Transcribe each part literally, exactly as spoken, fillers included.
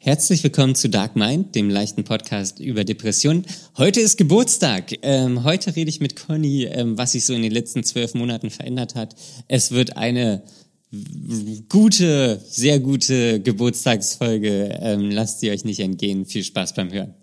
Herzlich willkommen zu Dark Mind, dem leichten Podcast über Depressionen. Heute ist Geburtstag. Ähm, heute rede ich mit Conny, ähm, was sich so in den letzten zwölf Monaten verändert hat. Es wird eine gute, sehr gute Geburtstagsfolge. Ähm, lasst sie euch nicht entgehen. Viel Spaß beim Hören.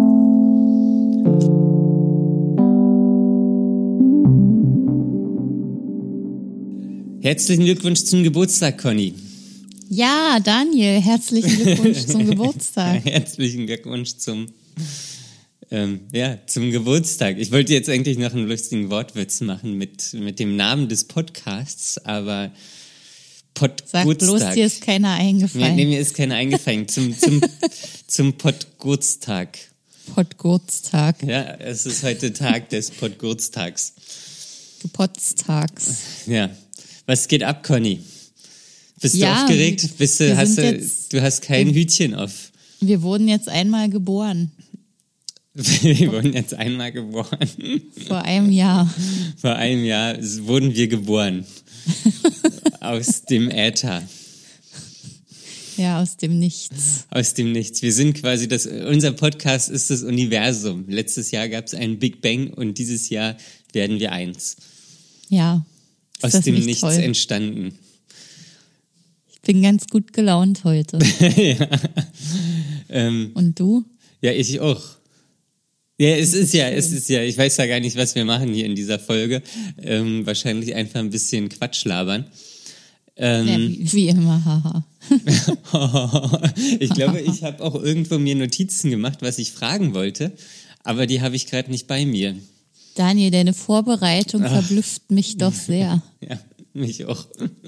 Herzlichen Glückwunsch zum Geburtstag, Conny. Ja, Daniel, herzlichen Glückwunsch zum Geburtstag. Herzlichen Glückwunsch zum, ähm, ja, zum Geburtstag. Ich wollte jetzt eigentlich noch einen lustigen Wortwitz machen mit, mit dem Namen des Podcasts, aber Podgurtstag. Sag bloß, dir ist keiner eingefallen. Nee, nee, mir ist keiner eingefallen. Zum, zum, zum Podgurtstag. Podgurtstag. Ja, es ist heute Tag des Podgurtstags. Geburtstags. Ja. Was geht ab, Conny? Bist ja, du aufgeregt? Bist du, hast du, jetzt, du hast kein wir, Hütchen auf. Wir wurden jetzt einmal geboren. Wir wurden jetzt einmal geboren. Vor einem Jahr. Vor einem Jahr wurden wir geboren. Aus dem Äther. Ja, aus dem Nichts. Aus dem Nichts. Wir sind quasi das, unser Podcast ist das Universum. Letztes Jahr gab es einen Big Bang und dieses Jahr werden wir eins. Ja. Aus dem Nichts toll. Entstanden. Ich bin ganz gut gelaunt heute. ja. ähm, Und du? Ja, ich auch. Ja, es ist ja, es ist ja, ich weiß ja gar nicht, was wir machen hier in dieser Folge. Ähm, wahrscheinlich einfach ein bisschen Quatsch labern. Ähm, ja, wie, wie immer, haha. ich glaube, ich habe auch irgendwo mir Notizen gemacht, was ich fragen wollte, aber die habe ich gerade nicht bei mir. Daniel, deine Vorbereitung Ach. verblüfft mich doch sehr. Ja, mich auch.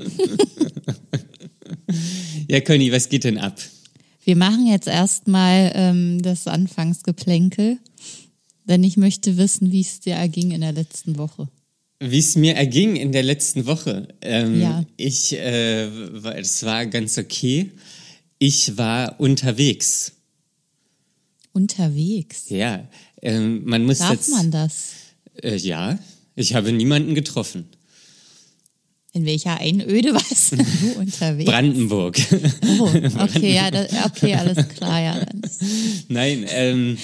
Ja, Conny, was geht denn ab? Wir machen jetzt erstmal ähm, das Anfangsgeplänkel, denn ich möchte wissen, wie es dir erging in der letzten Woche. Wie es mir erging in der letzten Woche? Ähm, ja. Ich, äh, es war ganz okay. Ich war unterwegs. Unterwegs? Ja, ähm, man muss Darf jetzt... man das? Äh, ja, ich habe niemanden getroffen. In welcher Einöde warst du unterwegs? Brandenburg. Oh, okay, ja, das, okay, alles klar, ja. Dann. Nein, ähm,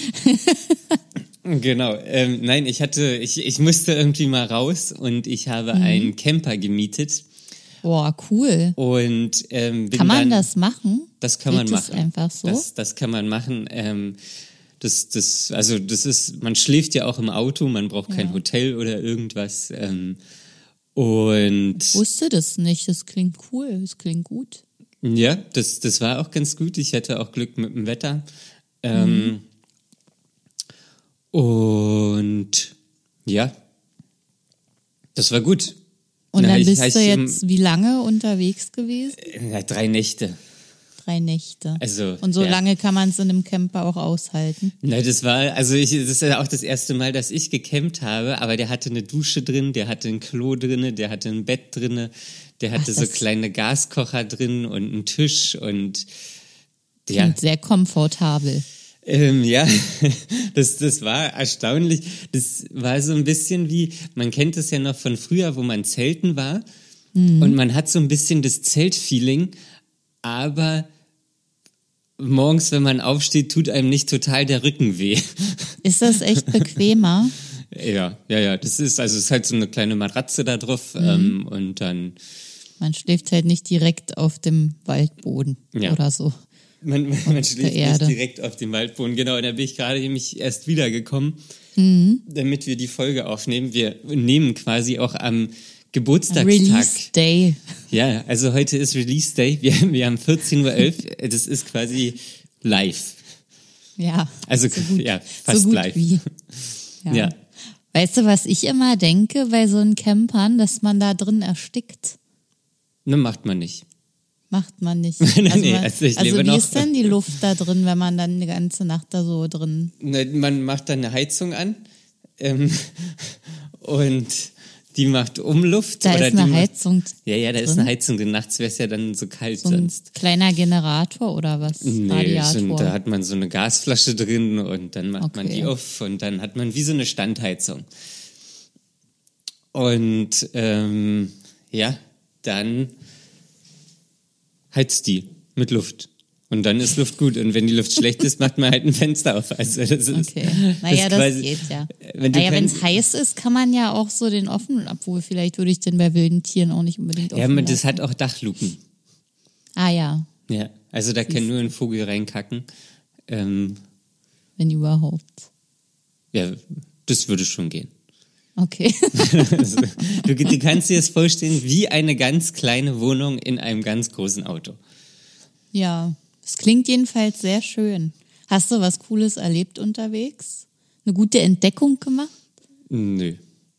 genau, ähm, nein, ich hatte, ich, ich musste irgendwie mal raus und ich habe mhm. einen Camper gemietet. Boah, cool. Und ähm, bin kann man dann, das machen? Das kann Geht man machen. Das einfach so? Das, das kann man machen. Ähm, das, das, also das ist, man schläft ja auch im Auto, man braucht kein ja. Hotel oder irgendwas. Ähm, Und ich wusste das nicht, das klingt cool, das klingt gut. Ja, das, das war auch ganz gut. Ich hatte auch Glück mit dem Wetter. Ähm, mhm. Und ja, das war gut. Und dann ich, bist ich, du jetzt wie lange unterwegs gewesen? Ja, drei Nächte. Drei Nächte. Also, und so ja. lange kann man es in einem Camper auch aushalten? Na, das war, also ich, das ist ja auch das erste Mal, dass ich gecampt habe, aber der hatte eine Dusche drin, der hatte ein Klo drin, der hatte ein Bett drin, der hatte Ach, so kleine Gaskocher drin und einen Tisch und ja. Klingt sehr komfortabel. Ähm, ja, das, das war erstaunlich. Das war so ein bisschen wie, man kennt es ja noch von früher, wo man zelten war mhm. und man hat so ein bisschen das Zeltfeeling, aber morgens, wenn man aufsteht, tut einem nicht total der Rücken weh. Ist das echt bequemer? Ja, ja, ja. Das ist, also es ist halt so eine kleine Matratze da drauf mhm. ähm, und dann... Man schläft halt nicht direkt auf dem Waldboden ja. oder so. Man, man schläft nicht direkt auf dem Waldboden, genau. Und da bin ich gerade nämlich erst wiedergekommen, mhm. damit wir die Folge aufnehmen. Wir nehmen quasi auch am Geburtstagstag. Release Day. Ja, also heute ist Release Day. Wir, wir haben vierzehn Uhr elf. Das ist quasi live. Ja. Also so gut, ja, fast so gut live. Wie. Ja. ja. Weißt du, was ich immer denke bei so einen Campern, dass man da drin erstickt? Ne, macht man nicht. Macht man nicht. Also, nee, man, also, ich also lebe wie noch. ist denn die Luft da drin, wenn man dann die ganze Nacht da so drin... Ne, man macht dann eine Heizung an ähm, und die macht Umluft. Da oder ist eine die Heizung macht, Ja, ja, da drin? ist eine Heizung drin. Nachts wäre es ja dann so kalt so ein sonst. Kleiner Generator oder was? Nee, Radiator. so, da hat man so eine Gasflasche drin und dann macht okay. man die auf und dann hat man wie so eine Standheizung. Und ähm, ja, dann heizt die mit Luft. Und dann ist Luft gut. Und wenn die Luft schlecht ist, macht man halt ein Fenster auf. Also das ist, Okay. Naja, das, das, quasi, geht ja. Wenn naja, wenn kein, es heiß ist, kann man ja auch so den offenen, obwohl vielleicht würde ich den bei wilden Tieren auch nicht unbedingt offen Ja, aber das lassen. hat auch Dachluken. Ah ja, Ja, also da kann nur ein Vogel reinkacken. Ähm, wenn überhaupt. ja, das würde schon gehen. Okay. Also, du, du kannst dir das vorstellen wie eine ganz kleine Wohnung in einem ganz großen Auto. Ja, es klingt jedenfalls sehr schön. Hast du was Cooles erlebt unterwegs? Eine gute Entdeckung gemacht? Nö.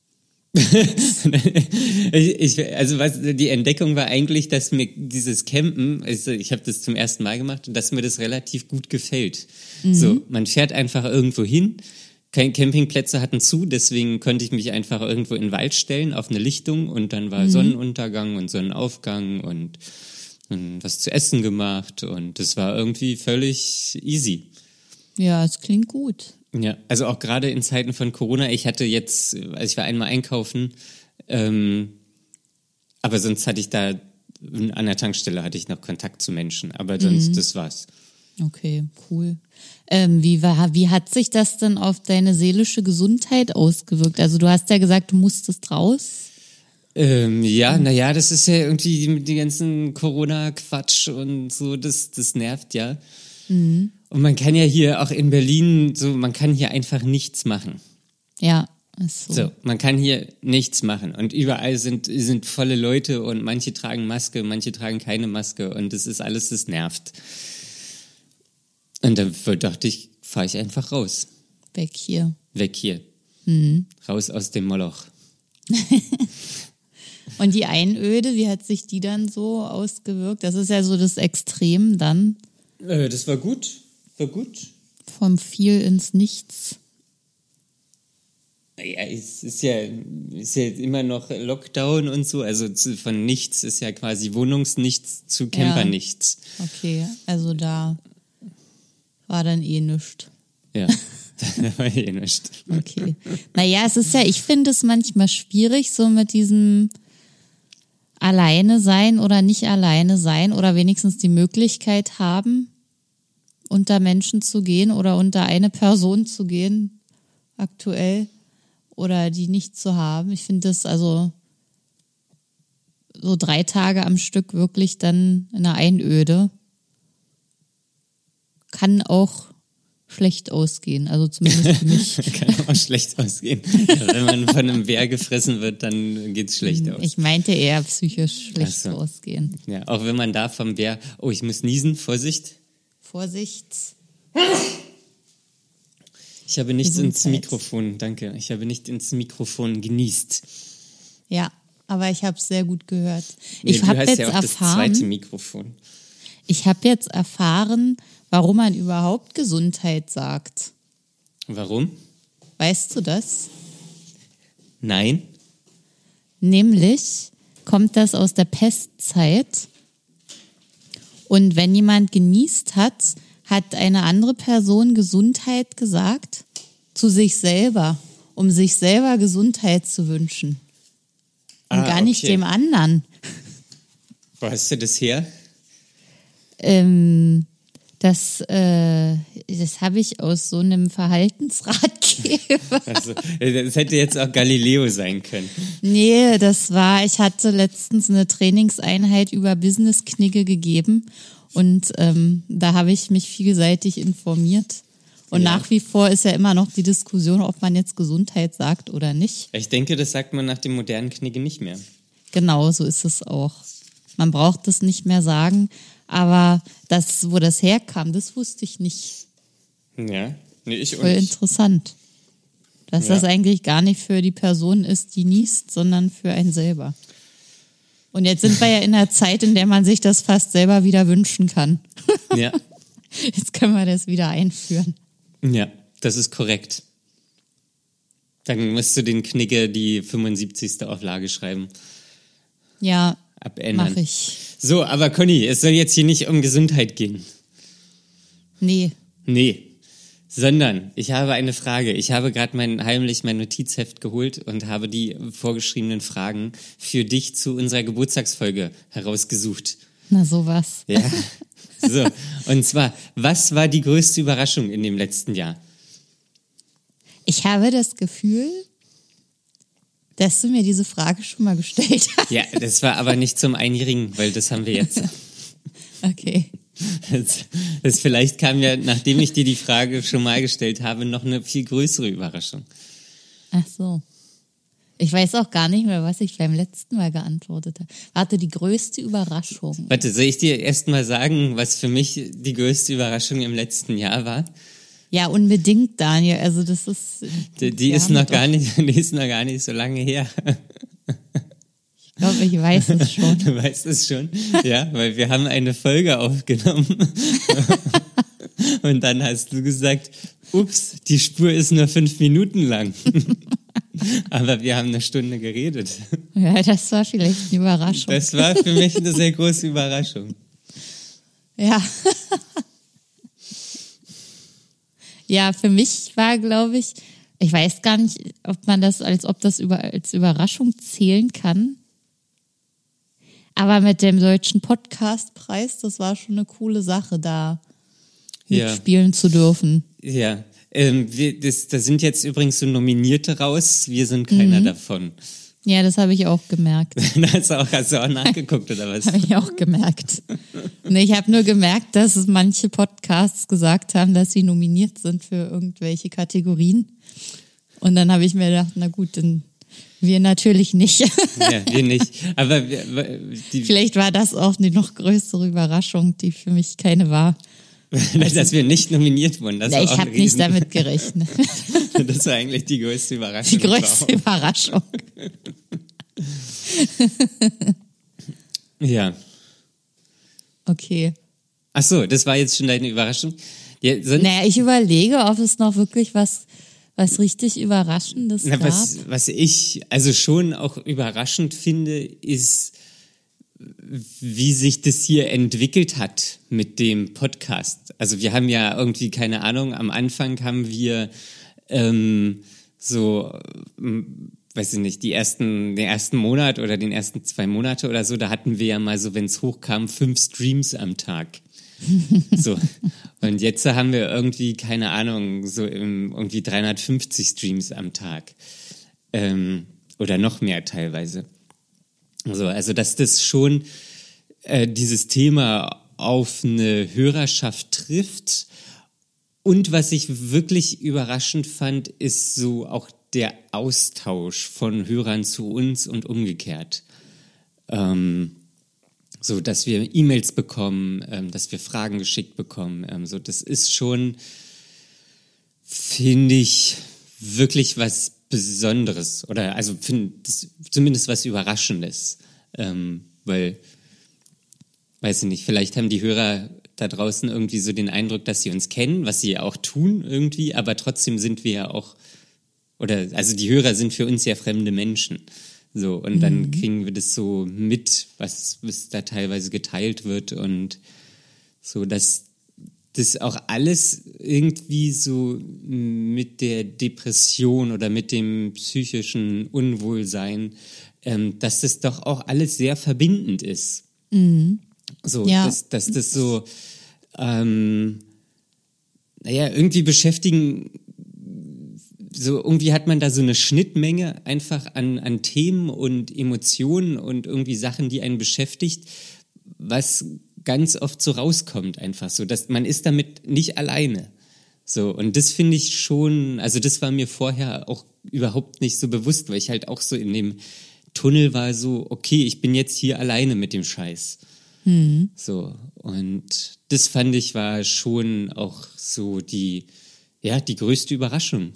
ich, ich, also was die Entdeckung war eigentlich, dass mir dieses Campen, also ich habe das zum ersten Mal gemacht und dass mir das relativ gut gefällt. Mhm. So, man fährt einfach irgendwo hin. Keine Campingplätze hatten zu, deswegen konnte ich mich einfach irgendwo in den Wald stellen auf eine Lichtung und dann war mhm. Sonnenuntergang und Sonnenaufgang und, und was zu essen gemacht und das war irgendwie völlig easy. Ja, es klingt gut. Ja, also auch gerade in Zeiten von Corona, ich hatte jetzt, also ich war einmal einkaufen, ähm, aber sonst hatte ich da, an der Tankstelle hatte ich noch Kontakt zu Menschen, aber sonst, mhm. das war's. Okay, cool. Ähm, wie, war, wie hat sich das denn auf deine seelische Gesundheit ausgewirkt? Also du hast ja gesagt, du musstest raus. Ähm, ja, mhm. naja, das ist ja irgendwie mit die ganzen Corona-Quatsch und so, das, das nervt ja. Mhm. Und man kann ja hier auch in Berlin, so, man kann hier einfach nichts machen. Ja, ist so. So, man kann hier nichts machen und überall sind, sind volle Leute und manche tragen Maske, manche tragen keine Maske und das ist alles, das nervt. Und dann dachte ich, fahre ich einfach raus. Weg hier. Weg hier. Mhm. Raus aus dem Moloch. Und die Einöde, wie hat sich die dann so ausgewirkt? Das ist ja so das Extrem dann. Äh, das war gut. War gut. Vom Viel ins Nichts. Ja, es ist ja, ist ja immer noch Lockdown und so. Also von nichts ist ja quasi Wohnungsnichts zu Campernichts. Ja. Okay, also da war dann eh nichts. Ja, da war eh nichts. Okay. Naja, es ist ja, ich finde es manchmal schwierig, so mit diesem alleine sein oder nicht alleine sein oder wenigstens die Möglichkeit haben, unter Menschen zu gehen oder unter eine Person zu gehen, aktuell, oder die nicht zu haben. Ich finde das also so drei Tage am Stück wirklich dann in einer Einöde kann auch schlecht ausgehen, also zumindest für mich. Kann auch schlecht ausgehen. Wenn man von einem Bär gefressen wird, dann geht's schlecht aus. Ich meinte eher psychisch schlecht so. ausgehen. Ja, auch wenn man da vom Bär, oh, ich muss niesen, Vorsicht. Vorsicht. Ich habe nicht Gesundheit. ins Mikrofon, danke. Ich habe nicht ins Mikrofon genießt. Ja, aber ich habe es sehr gut gehört. Nee, ich du habe hast jetzt ja auch erfahren, das zweite Mikrofon. Ich habe jetzt erfahren, warum man überhaupt Gesundheit sagt. Warum? Weißt du das? Nein. Nämlich kommt das aus der Pestzeit. Und wenn jemand genießt hat, hat eine andere Person Gesundheit gesagt zu sich selber, um sich selber Gesundheit zu wünschen. Und ah, gar nicht okay. dem anderen. Wo hast du das her? Ähm, das äh, das habe ich aus so einem Verhaltensratgeber. Also, das hätte jetzt auch Galileo sein können. Nee, das war, ich hatte letztens eine Trainingseinheit über Business-Knigge gegeben und ähm, da habe ich mich vielseitig informiert. Und ja. Nach wie vor ist ja immer noch die Diskussion, ob man jetzt Gesundheit sagt oder nicht. Ich denke, das sagt man nach dem modernen Knigge nicht mehr. Genau, so ist es auch. Man braucht das nicht mehr sagen, aber das, wo das herkam, das wusste ich nicht. Ja, nee, ich Voll nicht. interessant. Dass Ja. das eigentlich gar nicht für die Person ist, die niest, sondern für einen selber. Und jetzt sind wir ja in einer Zeit, in der man sich das fast selber wieder wünschen kann. Ja, Jetzt können wir das wieder einführen. ja, das ist korrekt. Dann musst du den Knigge die fünfundsiebzigste Auflage schreiben. Ja, Abändern. mache ich. So, aber Conny, es soll jetzt hier nicht um Gesundheit gehen. Nee. Nee, sondern ich habe eine Frage. Ich habe gerade mein, heimlich mein Notizheft geholt und habe die vorgeschriebenen Fragen für dich zu unserer Geburtstagsfolge herausgesucht. Na sowas. Ja, so. Und zwar, was war die größte Überraschung in dem letzten Jahr? Ich habe das Gefühl, dass du mir diese Frage schon mal gestellt hast. Ja, das war aber nicht zum Einjährigen, weil das haben wir jetzt. Okay. Das, das vielleicht kam ja, nachdem ich dir die Frage schon mal gestellt habe, noch eine viel größere Überraschung. Ach so. Ich weiß auch gar nicht mehr, was ich beim letzten Mal geantwortet habe. Warte, die größte Überraschung. Warte, soll ich dir erst mal sagen, was für mich die größte Überraschung im letzten Jahr war? Ja, unbedingt, Daniel. Also das ist. Die, die ist noch gar nicht, die ist noch gar nicht so lange her. Ich glaube, ich weiß es schon. Du weißt es schon? Ja, weil wir haben eine Folge aufgenommen. Und dann hast du gesagt, ups, die Spur ist nur fünf Minuten lang. Aber wir haben eine Stunde geredet. Ja, das war vielleicht eine Überraschung. Das war für mich eine sehr große Überraschung. Ja. Ja, für mich war, glaube ich, ich weiß gar nicht, ob man das als ob das über, als Überraschung zählen kann. Aber mit dem deutschen Podcastpreis, das war schon eine coole Sache, da Ja. mitspielen zu dürfen. Ja, ähm, wir, das, da sind jetzt übrigens so Nominierte raus. Wir sind keiner Mhm. davon. Ja, das habe ich auch gemerkt. hast, du auch, hast du auch nachgeguckt, oder was? Habe ich auch gemerkt. Und ich habe nur gemerkt, dass es manche Podcasts gesagt haben, dass sie nominiert sind für irgendwelche Kategorien. Und dann habe ich mir gedacht, na gut, dann wir natürlich nicht. Ja, wir nicht. Aber wir, die, Vielleicht war das auch eine noch größere Überraschung, die für mich keine war. dass wir nicht nominiert wurden. Das Ja, war ich auch ein habe nicht Riesen- damit gerechnet. Das war eigentlich die größte Überraschung. Die größte Überraschung. Ja. Okay. Ach so, das war jetzt schon deine Überraschung. Ja, sonst, Naja, ich überlege, ob es noch wirklich was, was richtig Überraschendes na, gab. was, was ich also schon auch überraschend finde, ist, wie sich das hier entwickelt hat mit dem Podcast. Also wir haben ja irgendwie, keine Ahnung, am Anfang haben wir ähm, so, ähm, weiß ich nicht, die ersten, den ersten Monat oder den ersten zwei Monate oder so, da hatten wir ja mal so, wenn es hochkam, fünf Streams am Tag. So. Und jetzt haben wir irgendwie, keine Ahnung, so im, irgendwie dreihundertfünfzig Streams am Tag. Ähm, oder noch mehr teilweise. So, also, dass das schon äh, dieses Thema auf eine Hörerschaft trifft. Und was ich wirklich überraschend fand, ist so auch der Austausch von Hörern zu uns und umgekehrt. Ähm, so, dass wir E-Mails bekommen, ähm, dass wir Fragen geschickt bekommen. Ähm, so, das ist schon, finde ich, wirklich was Besonderes. Oder also finde zumindest was Überraschendes. Ähm, weil, weiß ich nicht, vielleicht haben die Hörer da draußen irgendwie so den Eindruck, dass sie uns kennen, was sie ja auch tun irgendwie, aber trotzdem sind wir ja auch, oder also die Hörer sind für uns ja fremde Menschen. So, und dann kriegen wir das so mit, was, was da teilweise geteilt wird und so, dass das auch alles irgendwie so mit der Depression oder mit dem psychischen Unwohlsein, ähm, dass das doch auch alles sehr verbindend ist. Mhm. So, Ja. dass, dass das so, ähm, naja, irgendwie beschäftigen, so irgendwie hat man da so eine Schnittmenge einfach an, an Themen und Emotionen und irgendwie Sachen, die einen beschäftigt, was ganz oft so rauskommt einfach so, dass man ist damit nicht alleine. So, und das finde ich schon, also das war mir vorher auch überhaupt nicht so bewusst, weil ich halt auch so in dem Tunnel war so, okay, ich bin jetzt hier alleine mit dem Scheiß. Mhm. So, und das fand ich war schon auch so die, ja, die größte Überraschung.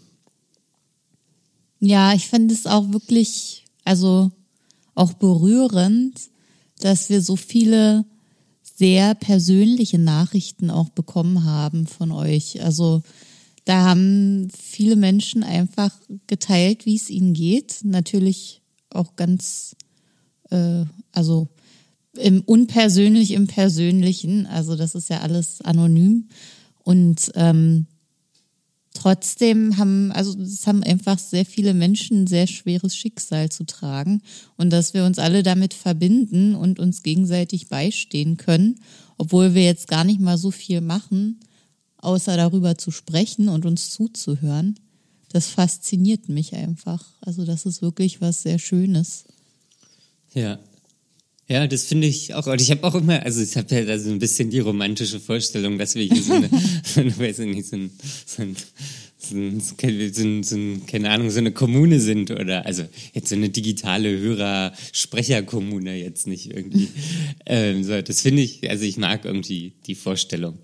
Ja, ich finde es auch wirklich, also auch berührend, dass wir so viele sehr persönliche Nachrichten auch bekommen haben von euch. Also da haben viele Menschen einfach geteilt, wie es ihnen geht. Natürlich auch ganz, äh, also im unpersönlich im Persönlichen. Also das ist ja alles anonym. Und ähm, trotzdem haben, also es haben einfach sehr viele Menschen ein sehr schweres Schicksal zu tragen und dass wir uns alle damit verbinden und uns gegenseitig beistehen können, obwohl wir jetzt gar nicht mal so viel machen, außer darüber zu sprechen und uns zuzuhören. Das fasziniert mich einfach. Also das ist wirklich was sehr Schönes. Ja. Ja, das finde ich auch. Und ich habe auch immer, also ich habe ja da so ein bisschen die romantische Vorstellung, dass wir hier so eine, so eine weiß ich nicht, so ein, so ein, so ein, so ein, so ein, keine Ahnung, so eine Kommune sind oder, also jetzt so eine digitale Hörer-Sprecher-Kommune jetzt nicht irgendwie. ähm, so, das finde ich, also ich mag irgendwie die Vorstellung.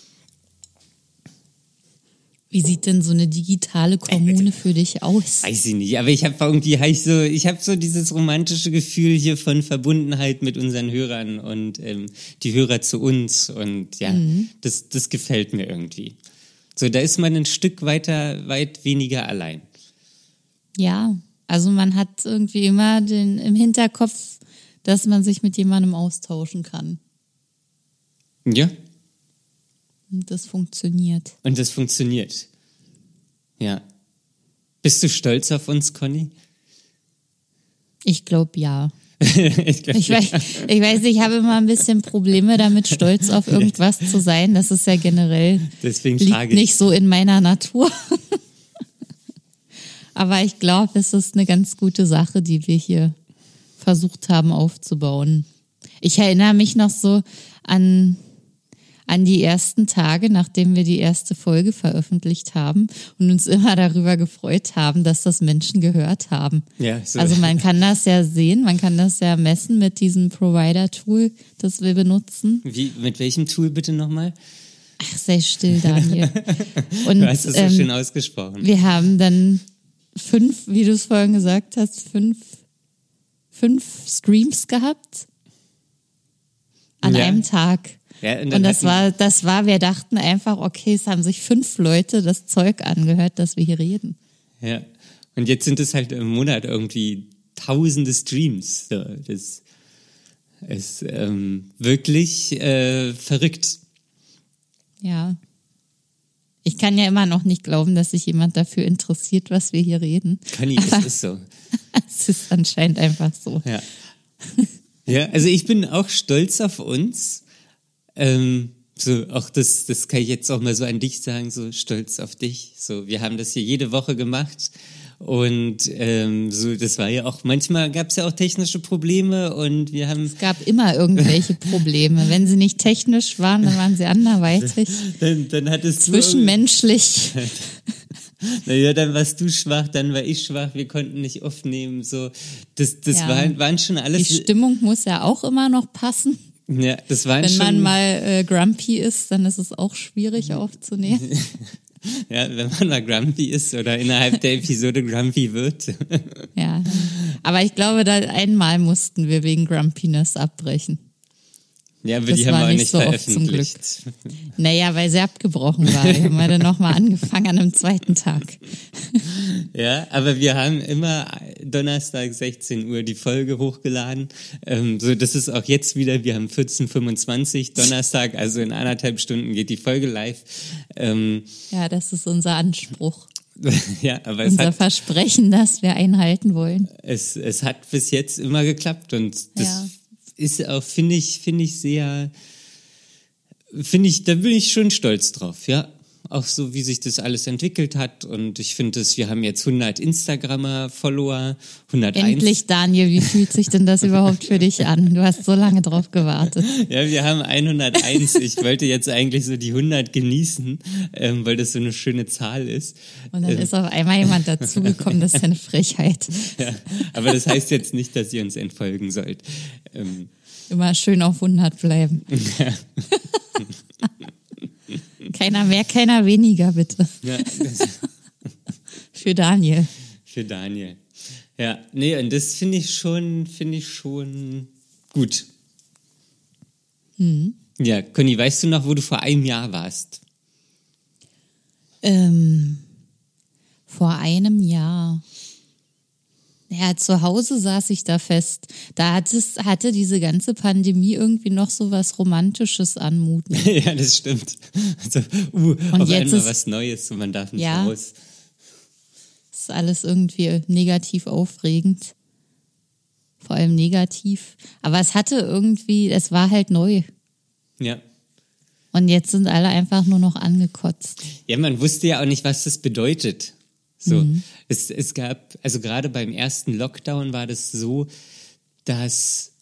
Wie sieht denn so eine digitale Kommune für dich aus? Weiß ich nicht, aber ich habe irgendwie, hab ich so, ich habe so dieses romantische Gefühl hier von Verbundenheit mit unseren Hörern und ähm, die Hörer zu uns und ja, mhm. das, das gefällt mir irgendwie. So, da ist man ein Stück weiter, weit weniger allein. Ja, also man hat irgendwie immer den im Hinterkopf, dass man sich mit jemandem austauschen kann. Ja. Und das funktioniert. Und das funktioniert. Ja. Bist du stolz auf uns, Conny? Ich glaube, ja. ich, glaub, ich, ja. Weiß, ich weiß, ich habe immer ein bisschen Probleme damit, stolz auf irgendwas zu sein. Das ist ja generell Deswegen liegt frage ich. nicht so in meiner Natur. Aber ich glaube, es ist eine ganz gute Sache, die wir hier versucht haben aufzubauen. Ich erinnere mich noch so an... an die ersten Tage, nachdem wir die erste Folge veröffentlicht haben und uns immer darüber gefreut haben, dass das Menschen gehört haben. Ja, so. Also man kann das ja sehen, man kann das ja messen mit diesem Provider-Tool, das wir benutzen. Wie, mit welchem Tool bitte nochmal? Ach, sei still, Daniel. Und, du hast es so ähm, schön ausgesprochen. Wir haben dann fünf, wie du es vorhin gesagt hast, fünf, fünf Streams gehabt an ja. einem Tag. Ja, und, und das war, das war, wir dachten einfach, okay, es haben sich fünf Leute das Zeug angehört, dass wir hier reden. Ja, und jetzt sind es halt im Monat irgendwie tausende Streams. So, das ist ähm, wirklich äh, verrückt. Ja. Ich kann ja immer noch nicht glauben, dass sich jemand dafür interessiert, was wir hier reden. Conny, es ist so. Es ist anscheinend einfach so. Ja. Ja, also ich bin auch stolz auf uns. Ähm, so auch das, das kann ich jetzt auch mal so an dich sagen, so stolz auf dich. So, wir haben das hier jede Woche gemacht und ähm, so, das war ja auch, manchmal gab es ja auch technische Probleme und wir haben... Es gab immer irgendwelche Probleme. Wenn sie nicht technisch waren, dann waren sie anderweitig. dann, dann hattest du... Zwischenmenschlich. Naja, dann warst du schwach, dann war ich schwach, wir konnten nicht aufnehmen, so. Das, das ja. waren, waren schon alles... Die Stimmung muss ja auch immer noch passen. Ja, das waren Wenn schon... man mal äh, grumpy ist, dann ist es auch schwierig aufzunehmen. Ja, wenn man mal grumpy ist oder innerhalb der Episode grumpy wird. Ja, aber ich glaube, da einmal mussten wir wegen Grumpiness abbrechen. Ja, aber das die haben wir auch nicht so veröffentlicht. Oft zum Glück. Naja, weil sie abgebrochen war. Wir haben dann nochmal angefangen an einem zweiten Tag. Ja, aber wir haben immer Donnerstag sechzehn Uhr die Folge hochgeladen. Ähm, so, das ist auch jetzt wieder, wir haben vierzehn Uhr fünfundzwanzig Donnerstag, also in anderthalb Stunden geht die Folge live. Ähm, ja, das ist unser Anspruch. ja, aber es unser hat, Versprechen, das wir einhalten wollen. Es, es hat bis jetzt immer geklappt und das ja. ist auch, finde ich, finde ich sehr, finde ich, da bin ich schon stolz drauf, ja. Auch so, wie sich das alles entwickelt hat. Und ich finde, dass wir haben jetzt hundert Instagrammer-Follower, hunderteins. Endlich, Daniel, wie fühlt sich denn das überhaupt für dich an? Du hast so lange drauf gewartet. Ja, wir haben hunderteins. Ich wollte jetzt eigentlich so die hundert genießen, ähm, weil das so eine schöne Zahl ist. Und dann ähm. ist auf einmal jemand dazugekommen, das ist eine Frechheit. Ja, aber das heißt jetzt nicht, dass ihr uns entfolgen sollt. Ähm. Immer schön auf hundert bleiben. Ja. Keiner mehr, keiner weniger, bitte. Ja, das für Daniel. Für Daniel. Ja, nee, und das finde ich schon, finde ich schon gut. Hm. Ja, Conny, weißt du noch, wo du vor einem Jahr warst? Ähm, vor einem Jahr. Ja, zu Hause saß ich da fest. Da hat es, hatte diese ganze Pandemie irgendwie noch so was Romantisches anmuten. Ja, das stimmt. Also, uh, und auf jetzt einmal ist, was Neues und man darf nicht ja, raus. Ist alles irgendwie negativ aufregend. Vor allem negativ. Aber es hatte irgendwie, es war halt neu. Ja. Und jetzt sind alle einfach nur noch angekotzt. Ja, man wusste ja auch nicht, was das bedeutet. So, mhm. es, es gab, also gerade beim ersten Lockdown war das so, dass,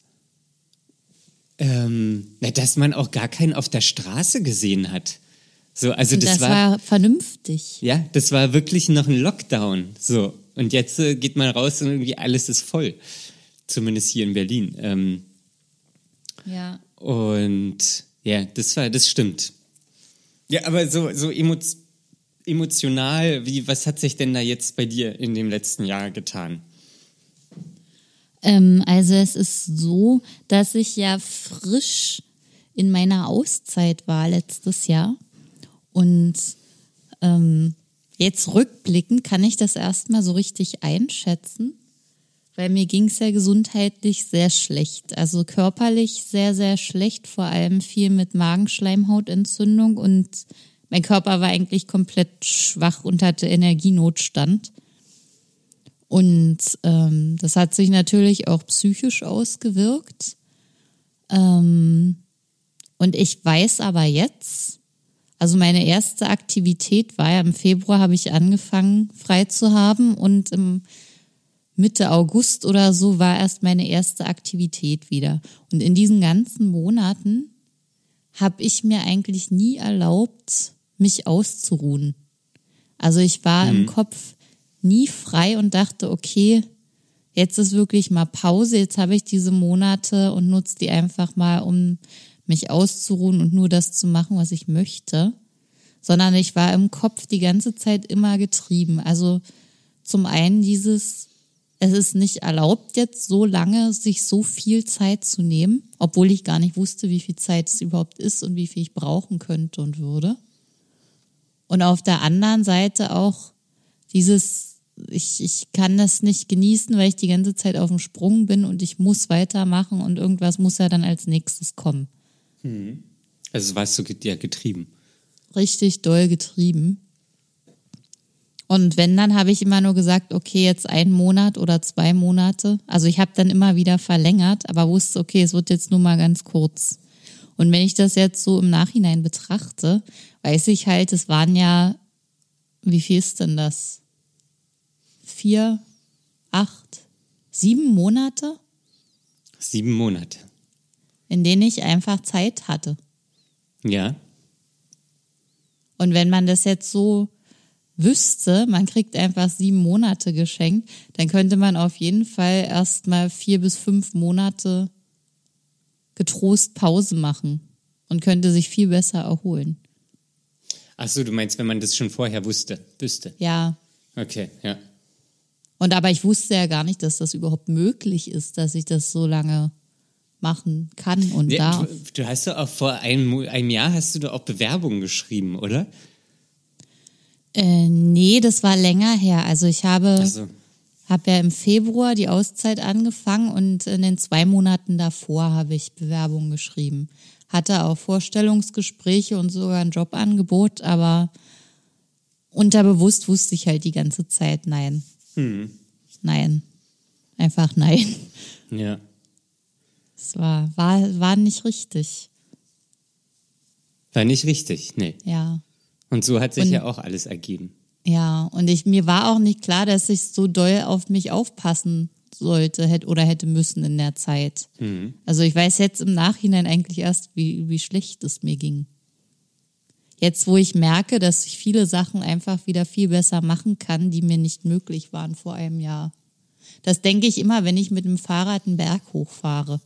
ähm, dass man auch gar keinen auf der Straße gesehen hat. So, also das, das war, war vernünftig. Ja, das war wirklich noch ein Lockdown. So, und jetzt äh, geht man raus und irgendwie alles ist voll. Zumindest hier in Berlin. Ähm, ja. Und ja, das war, das stimmt. Ja, aber so, so emo- emotional, wie, was hat sich denn da jetzt bei dir in dem letzten Jahr getan? Ähm, also es ist so, dass ich ja frisch in meiner Auszeit war letztes Jahr. Und ähm, jetzt rückblickend kann ich das erstmal so richtig einschätzen, weil mir ging es ja gesundheitlich sehr schlecht. Also körperlich sehr, sehr schlecht, vor allem viel mit Magenschleimhautentzündung und mein Körper war eigentlich komplett schwach und hatte Energienotstand. Und ähm, das hat sich natürlich auch psychisch ausgewirkt. Ähm, und ich weiß aber jetzt, also meine erste Aktivität war ja im Februar, habe ich angefangen frei zu haben und im Mitte August oder so war erst meine erste Aktivität wieder. Und in diesen ganzen Monaten habe ich mir eigentlich nie erlaubt, mich auszuruhen. Also ich war mhm. im Kopf nie frei und dachte, okay, jetzt ist wirklich mal Pause, jetzt habe ich diese Monate und nutze die einfach mal, um mich auszuruhen und nur das zu machen, was ich möchte. Sondern ich war im Kopf die ganze Zeit immer getrieben. Also zum einen dieses, es ist nicht erlaubt, jetzt so lange sich so viel Zeit zu nehmen, obwohl ich gar nicht wusste, wie viel Zeit es überhaupt ist und wie viel ich brauchen könnte und würde. Und auf der anderen Seite auch dieses, ich, ich kann das nicht genießen, weil ich die ganze Zeit auf dem Sprung bin und ich muss weitermachen und irgendwas muss ja dann als nächstes kommen. Hm. Also warst du ja getrieben. Richtig doll getrieben. Und wenn, dann habe ich immer nur gesagt, okay, jetzt ein Monat oder zwei Monate. Also ich habe dann immer wieder verlängert, aber wusste, okay, es wird jetzt nur mal ganz kurz. Und wenn ich das jetzt so im Nachhinein betrachte, weiß ich halt, es waren ja, wie viel ist denn das? Vier, acht, sieben Monate? Sieben Monate. In denen ich einfach Zeit hatte. Ja. Und wenn man das jetzt so wüsste, man kriegt einfach sieben Monate geschenkt, dann könnte man auf jeden Fall erstmal vier bis fünf Monate getrost Pause machen und könnte sich viel besser erholen. Ach so, du meinst, wenn man das schon vorher wusste, wüsste? Ja. Okay, ja. Und aber ich wusste ja gar nicht, dass das überhaupt möglich ist, dass ich das so lange machen kann und ja, darf. Du, du hast doch auch vor einem, einem Jahr hast du doch auch Bewerbungen geschrieben, oder? Äh, nee, das war länger her. Also ich habe, so. habe ja im Februar die Auszeit angefangen und in den zwei Monaten davor habe ich Bewerbungen geschrieben. Hatte auch Vorstellungsgespräche und sogar ein Jobangebot, aber unterbewusst wusste ich halt die ganze Zeit, nein. Hm. Nein. Einfach nein. Ja. Es war, war, war nicht richtig. War nicht richtig, nee. Ja. Und so hat sich und, ja auch alles ergeben. Ja, und ich, mir war auch nicht klar, dass ich so doll auf mich aufpassen sollte hätte, oder hätte müssen in der Zeit. Mhm. Also ich weiß jetzt im Nachhinein eigentlich erst, wie, wie schlecht es mir ging. Jetzt, wo ich merke, dass ich viele Sachen einfach wieder viel besser machen kann, die mir nicht möglich waren vor einem Jahr. Das denke ich immer, wenn ich mit dem Fahrrad einen Berg hochfahre.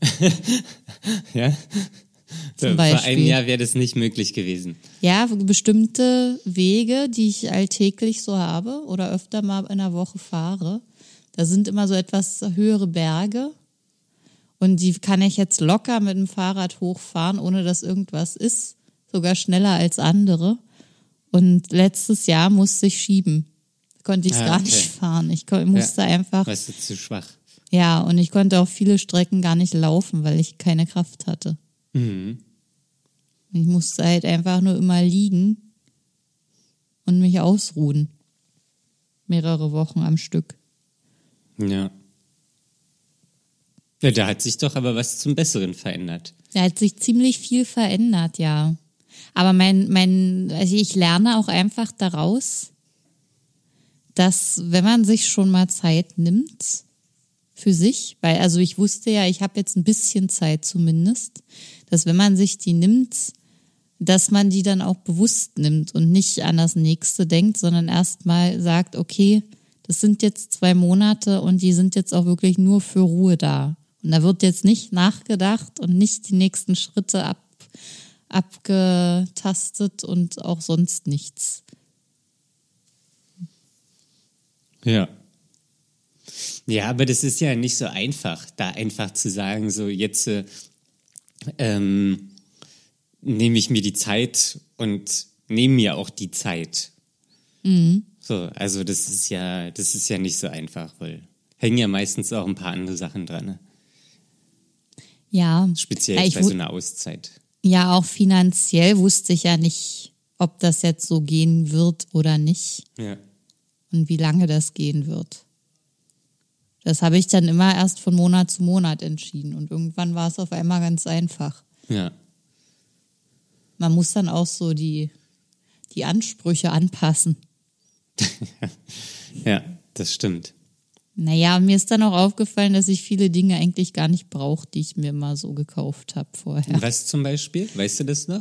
Ja? Zum Vor einem Jahr wäre das nicht möglich gewesen. Ja, bestimmte Wege, die ich alltäglich so habe oder öfter mal in der Woche fahre, da sind immer so etwas höhere Berge und die kann ich jetzt locker mit dem Fahrrad hochfahren, ohne dass irgendwas ist, sogar schneller als andere. Und letztes Jahr musste ich schieben. Konnte ich es ah, gar okay. nicht fahren. Ich musste ja, einfach... Warst du zu schwach? Ja, und ich konnte auf viele Strecken gar nicht laufen, weil ich keine Kraft hatte. Mhm. Ich musste halt einfach nur immer liegen und mich ausruhen. Mehrere Wochen am Stück. Ja. Ja, da hat sich doch aber was zum Besseren verändert. Da hat sich ziemlich viel verändert, ja. Aber mein, mein, also ich lerne auch einfach daraus, dass wenn man sich schon mal Zeit nimmt für sich, weil also ich wusste ja, ich habe jetzt ein bisschen Zeit zumindest, dass wenn man sich die nimmt, dass man die dann auch bewusst nimmt und nicht an das Nächste denkt, sondern erstmal sagt, okay, das sind jetzt zwei Monate und die sind jetzt auch wirklich nur für Ruhe da. Und da wird jetzt nicht nachgedacht und nicht die nächsten Schritte ab, abgetastet und auch sonst nichts. Ja. Ja, aber das ist ja nicht so einfach, da einfach zu sagen, so jetzt äh, ähm, nehme ich mir die Zeit und nehme mir auch die Zeit. Mhm. So, also das ist ja, das ist ja nicht so einfach, weil hängen ja meistens auch ein paar andere Sachen dran. Ne? Ja. Speziell ja, bei wu- so einer Auszeit. Ja, auch finanziell wusste ich ja nicht, ob das jetzt so gehen wird oder nicht Ja. und wie lange das gehen wird. Das habe ich dann immer erst von Monat zu Monat entschieden und irgendwann war es auf einmal ganz einfach. Ja. Man muss dann auch so die, die Ansprüche anpassen. Ja, das stimmt. Naja, mir ist dann auch aufgefallen, dass ich viele Dinge eigentlich gar nicht brauche, die ich mir mal so gekauft habe vorher. Was zum Beispiel? Weißt du das noch?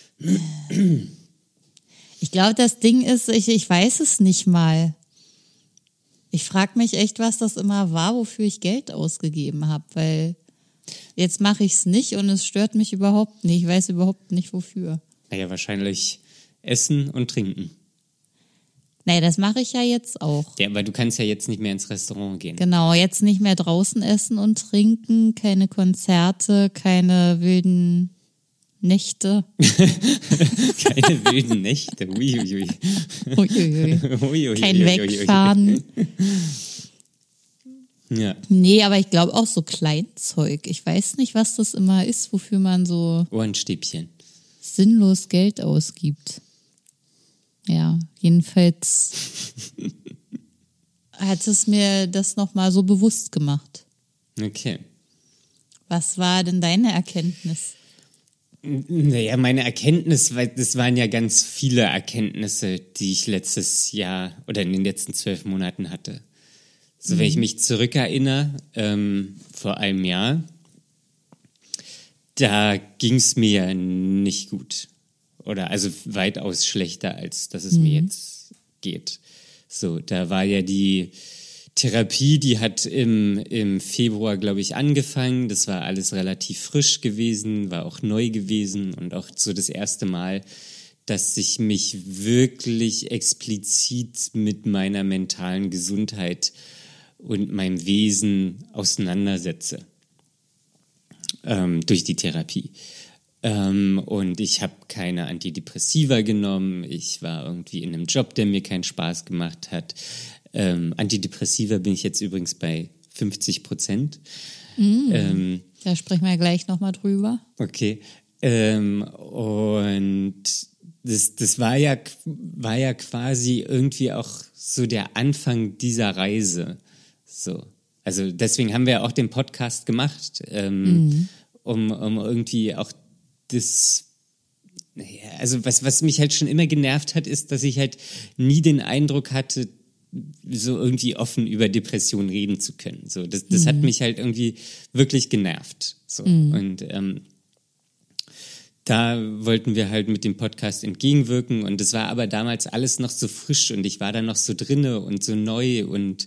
Ich glaube, das Ding ist, ich, ich weiß es nicht mal. Ich frage mich echt, was das immer war, wofür ich Geld ausgegeben habe, weil jetzt mache ich es nicht und es stört mich überhaupt nicht. Ich weiß überhaupt nicht, wofür. Naja, wahrscheinlich Essen und Trinken. Nee, das mache ich ja jetzt auch. Ja, aber du kannst ja jetzt nicht mehr ins Restaurant gehen. Genau, jetzt nicht mehr draußen essen und trinken, keine Konzerte, keine wilden Nächte. Keine wilden Nächte. Uiuiui. Uiuiui. Uiuiui. Kein Wegfahren. Ja. Nee, aber ich glaube auch so Kleinzeug. Ich weiß nicht, was das immer ist, wofür man so Ohrenstäbchen. sinnlos Geld ausgibt. Ja, jedenfalls hat es mir das nochmal so bewusst gemacht. Okay. Was war denn deine Erkenntnis? Naja, meine Erkenntnis, weil das waren ja ganz viele Erkenntnisse, die ich letztes Jahr oder in den letzten zwölf Monaten hatte. So, mhm. Wenn ich mich zurückerinnere, ähm, vor einem Jahr, da ging es mir nicht gut. Oder also weitaus schlechter, als dass es mhm. mir jetzt geht. So, da war ja die Therapie, die hat im, im Februar, glaube ich, angefangen. Das war alles relativ frisch gewesen, war auch neu gewesen und auch so das erste Mal, dass ich mich wirklich explizit mit meiner mentalen Gesundheit und meinem Wesen auseinandersetze ähm, durch die Therapie. Ähm, und ich habe keine Antidepressiva genommen. Ich war irgendwie in einem Job, der mir keinen Spaß gemacht hat. Ähm, Antidepressiva bin ich jetzt übrigens bei fünfzig Prozent. Mm, ähm, da sprechen wir gleich nochmal drüber. Okay. Ähm, und das, das war ja, war ja quasi irgendwie auch so der Anfang dieser Reise. So. Also deswegen haben wir ja auch den Podcast gemacht, ähm, mm. um, um irgendwie auch das, also was, was mich halt schon immer genervt hat, ist, dass ich halt nie den Eindruck hatte, so irgendwie offen über Depressionen reden zu können. So, das das mhm. hat mich halt irgendwie wirklich genervt. So. Mhm. Und ähm, da wollten wir halt mit dem Podcast entgegenwirken und das war aber damals alles noch so frisch und ich war da noch so drinne und so neu und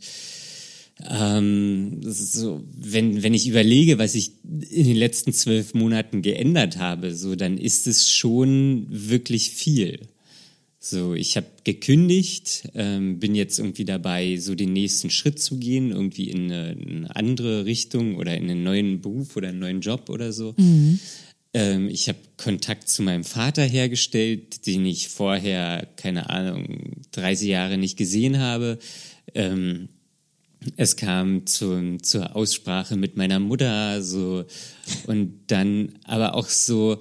Ähm, so, wenn, wenn ich überlege, was ich in den letzten zwölf Monaten geändert habe, so, dann ist es schon wirklich viel. So, ich habe gekündigt, ähm, bin jetzt irgendwie dabei, so den nächsten Schritt zu gehen, irgendwie in eine, eine andere Richtung oder in einen neuen Beruf oder einen neuen Job oder so. Mhm. Ähm, ich habe Kontakt zu meinem Vater hergestellt, den ich vorher, keine Ahnung, dreißig Jahre nicht gesehen habe. Ähm, Es kam zum, zur Aussprache mit meiner Mutter, so, und dann aber auch so,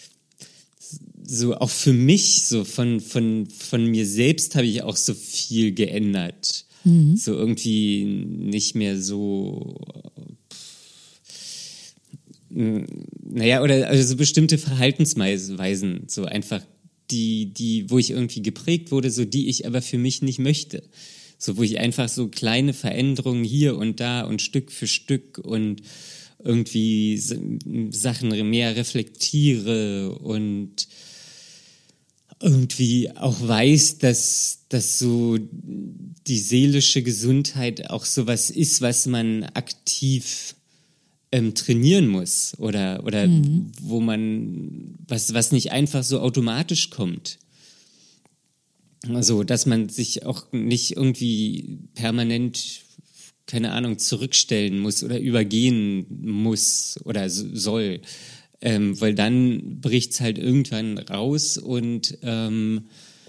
so auch für mich, so von, von, von mir selbst habe ich auch so viel geändert. Mhm. So irgendwie nicht mehr so, naja, oder also so bestimmte Verhaltensweisen, so einfach die, die, wo ich irgendwie geprägt wurde, so die ich aber für mich nicht möchte. So, wo ich einfach so kleine Veränderungen hier und da und Stück für Stück und irgendwie Sachen mehr reflektiere und irgendwie auch weiß, dass, dass so die seelische Gesundheit auch sowas ist, was man aktiv ähm, trainieren muss oder, oder mhm. wo man, was, was nicht einfach so automatisch kommt. Also, dass man sich auch nicht irgendwie permanent, keine Ahnung, zurückstellen muss oder übergehen muss oder soll. Ähm, weil dann bricht es halt irgendwann raus und ähm,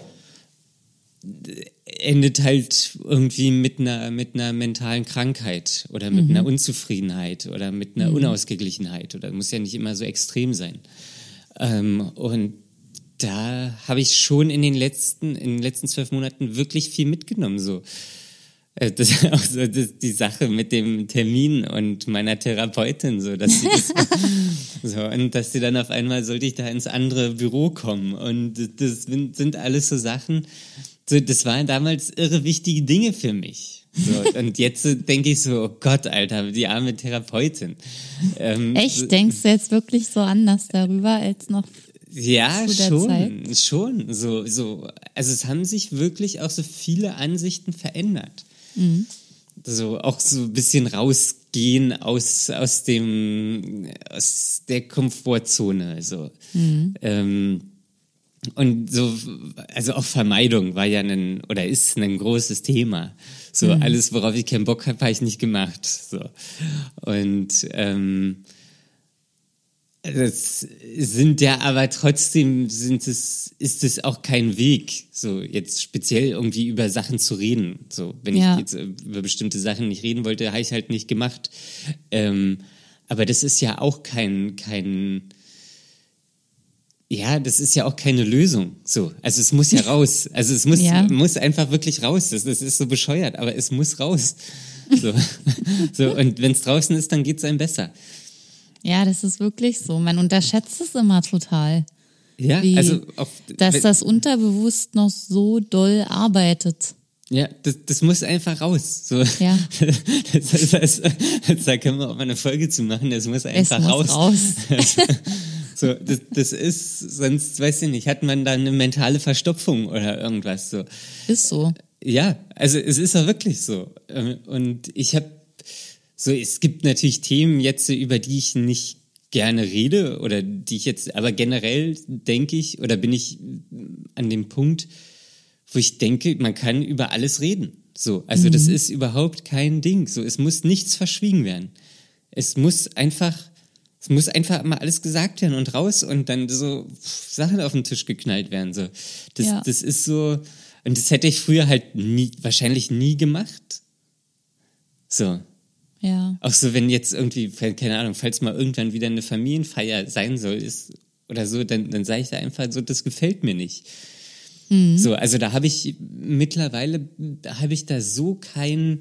endet halt irgendwie mit einer, mit einer mentalen Krankheit oder mit mhm. einer Unzufriedenheit oder mit einer mhm. Unausgeglichenheit. Oder muss ja nicht immer so extrem sein. Ähm, und da habe ich schon in den letzten, in den letzten zwölf Monaten wirklich viel mitgenommen. So. Das ist auch so das, die Sache mit dem Termin und meiner Therapeutin, so, dass sie das, so, und dass sie dann auf einmal sollte ich da ins andere Büro kommen. Und das sind alles so Sachen, so, das waren damals irre wichtige Dinge für mich. So, und jetzt denke ich so, oh Gott, Alter, die arme Therapeutin. Ähm, Echt? So, denkst du jetzt wirklich so anders darüber als noch? Ja, schon, Zeit? schon. So, so. Also es haben sich wirklich auch so viele Ansichten verändert. Mhm. So auch so ein bisschen rausgehen aus, aus dem, aus der Komfortzone. So. Mhm. Ähm, und so, also auch Vermeidung war ja ein, oder ist ein großes Thema. So mhm. alles, worauf ich keinen Bock habe, habe ich nicht gemacht. So. Und ähm, das sind ja aber trotzdem sind es, ist es auch kein Weg, so jetzt speziell irgendwie über Sachen zu reden. So, wenn ja. ich jetzt über bestimmte Sachen nicht reden wollte, habe ich halt nicht gemacht. Ähm, aber das ist ja auch kein, kein, ja, das ist ja auch keine Lösung. So, also es muss ja raus. Also es muss, ja. muss einfach wirklich raus. Das, das ist so bescheuert, aber es muss raus. So, so und wenn es draußen ist, dann geht es einem besser. Ja, das ist wirklich so. Man unterschätzt es immer total. Ja, wie, also auf, dass das unterbewusst noch so doll arbeitet. Ja, das, das muss einfach raus. So, ja. Das, das, das, das, da können wir auch mal eine Folge zu machen. Das muss einfach es raus. Muss raus. So, das, das ist, sonst, weiß ich nicht, hat man da eine mentale Verstopfung oder irgendwas so. Ist so. Ja, also es ist auch wirklich so. Und ich habe So, es gibt natürlich Themen jetzt, über die ich nicht gerne rede oder die ich jetzt, aber generell denke ich oder bin ich an dem Punkt, wo ich denke, man kann über alles reden. So, also mhm. das ist überhaupt kein Ding. So, es muss nichts verschwiegen werden. Es muss einfach, es muss einfach mal alles gesagt werden und raus und dann so Sachen auf den Tisch geknallt werden. So, das, ja. das ist so, und das hätte ich früher halt nie, wahrscheinlich nie gemacht. So. Ja. Auch so, wenn jetzt irgendwie, keine Ahnung, falls mal irgendwann wieder eine Familienfeier sein soll, ist oder so, dann, dann sage ich da einfach so, das gefällt mir nicht. Mhm. So, also da habe ich mittlerweile, da habe ich da so kein,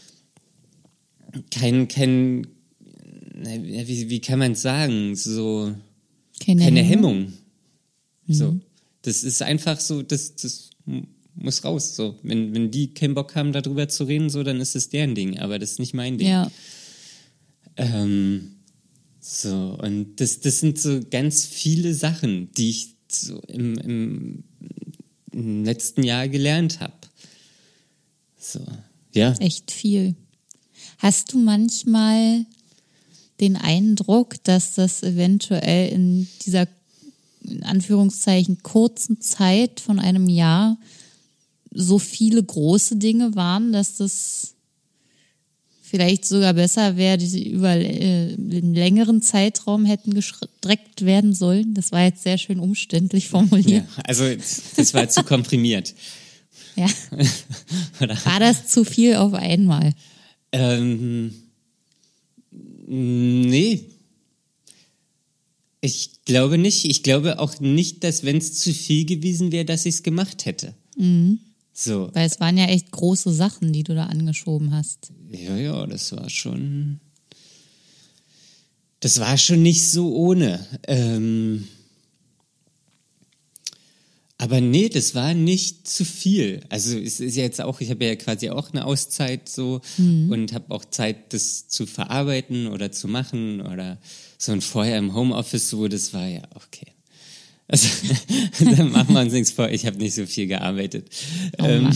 kein, kein, wie, wie kann man es sagen, so keine, keine Hemmung. Hemmung. Mhm. So, das ist einfach so, das, das muss raus. So, wenn, wenn die keinen Bock haben, darüber zu reden, so, dann ist es deren Ding, aber das ist nicht mein Ding. Ja. Ähm, so, und das, das sind so ganz viele Sachen, die ich so im, im, im letzten Jahr gelernt habe. So, ja. Echt viel. Hast du manchmal den Eindruck, dass das eventuell in dieser, in Anführungszeichen, kurzen Zeit von einem Jahr so viele große Dinge waren, dass das vielleicht sogar besser wäre, die über äh, einen längeren Zeitraum hätten gestreckt werden sollen? Das war jetzt sehr schön umständlich formuliert. Ja, also das war zu komprimiert. Ja. War das zu viel auf einmal? Ähm, nee. Ich glaube nicht. Ich glaube auch nicht, dass wenn es zu viel gewesen wäre, dass ich es gemacht hätte. Mhm. So. Weil es waren ja echt große Sachen, die du da angeschoben hast. Ja, ja, das war schon... das war schon nicht so ohne. Ähm, aber nee, das war nicht zu viel. Also es ist ja jetzt auch, ich habe ja quasi auch eine Auszeit so mhm. und habe auch Zeit, das zu verarbeiten oder zu machen oder so. Und vorher im Homeoffice so, das war ja okay. Also dann machen wir uns nichts vor, ich habe nicht so viel gearbeitet. Oh ähm,